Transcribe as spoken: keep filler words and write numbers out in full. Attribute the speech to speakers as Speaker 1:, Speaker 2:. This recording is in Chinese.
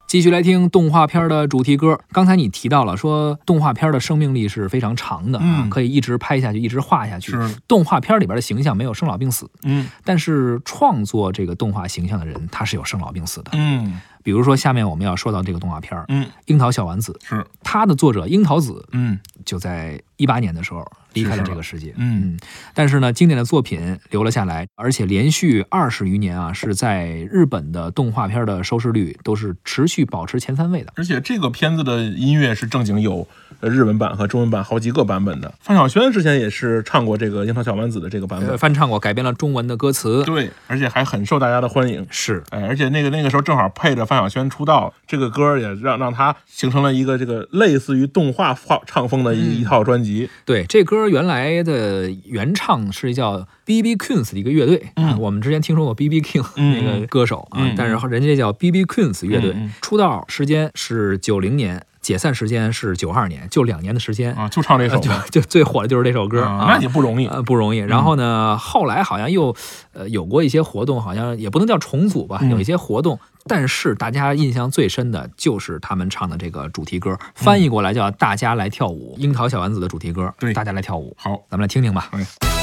Speaker 1: 继续来听动画片的主题歌。刚才你提到了说动画片的生命力是非常长的、啊嗯、可以一直拍下去，一直画下去。动画片里边的形象没有生老病死，
Speaker 2: 嗯，
Speaker 1: 但是创作这个动画形象的人他是有生老病死的，
Speaker 2: 嗯。
Speaker 1: 比如说下面我们要说到这个动画片，
Speaker 2: 嗯，
Speaker 1: 樱桃小丸子
Speaker 2: 是
Speaker 1: 它的作者樱桃子，
Speaker 2: 嗯，
Speaker 1: 就在一八年的时候离开了这个世界，
Speaker 2: 嗯
Speaker 1: 嗯，但是呢，经典的作品留了下来，而且连续二十余年啊，是在日本的动画片的收视率都是持续保持前三位的。
Speaker 2: 而且这个片子的音乐是正经有日文版和中文版好几个版本的。范晓萱之前也是唱过这个樱桃小丸子的这个版本，
Speaker 1: 呃、翻唱过，改编了中文的歌词，
Speaker 2: 对，而且还很受大家的欢迎。
Speaker 1: 是，
Speaker 2: 哎，而且那个那个时候正好配着范晓萱出道，这个歌也让让她形成了一个这个类似于动画唱风的一、嗯、一套专辑。
Speaker 1: 对，这歌原来的原唱是叫 B B Queens 的一个乐队，
Speaker 2: 嗯，
Speaker 1: 我们之前听说过 B B King、嗯、那个歌手啊、
Speaker 2: 嗯，
Speaker 1: 但是人家叫 B B Queens 乐队、
Speaker 2: 嗯，
Speaker 1: 出道时间是九零年。解散时间是九二年，就两年的时间
Speaker 2: 啊，就唱这首、
Speaker 1: 呃就，就最火的就是这首歌、
Speaker 2: 啊、那也不容易，
Speaker 1: 呃，不容易。然后呢，嗯、后来好像又呃有过一些活动，好像也不能叫重组吧，
Speaker 2: 嗯、
Speaker 1: 有一些活动。但是大家印象最深的就是他们唱的这个主题歌，嗯、翻译过来叫《大家来跳舞》，樱桃小丸子的主题歌，
Speaker 2: 对，
Speaker 1: 大家来跳舞。
Speaker 2: 好，
Speaker 1: 咱们来听听吧。
Speaker 2: 嗯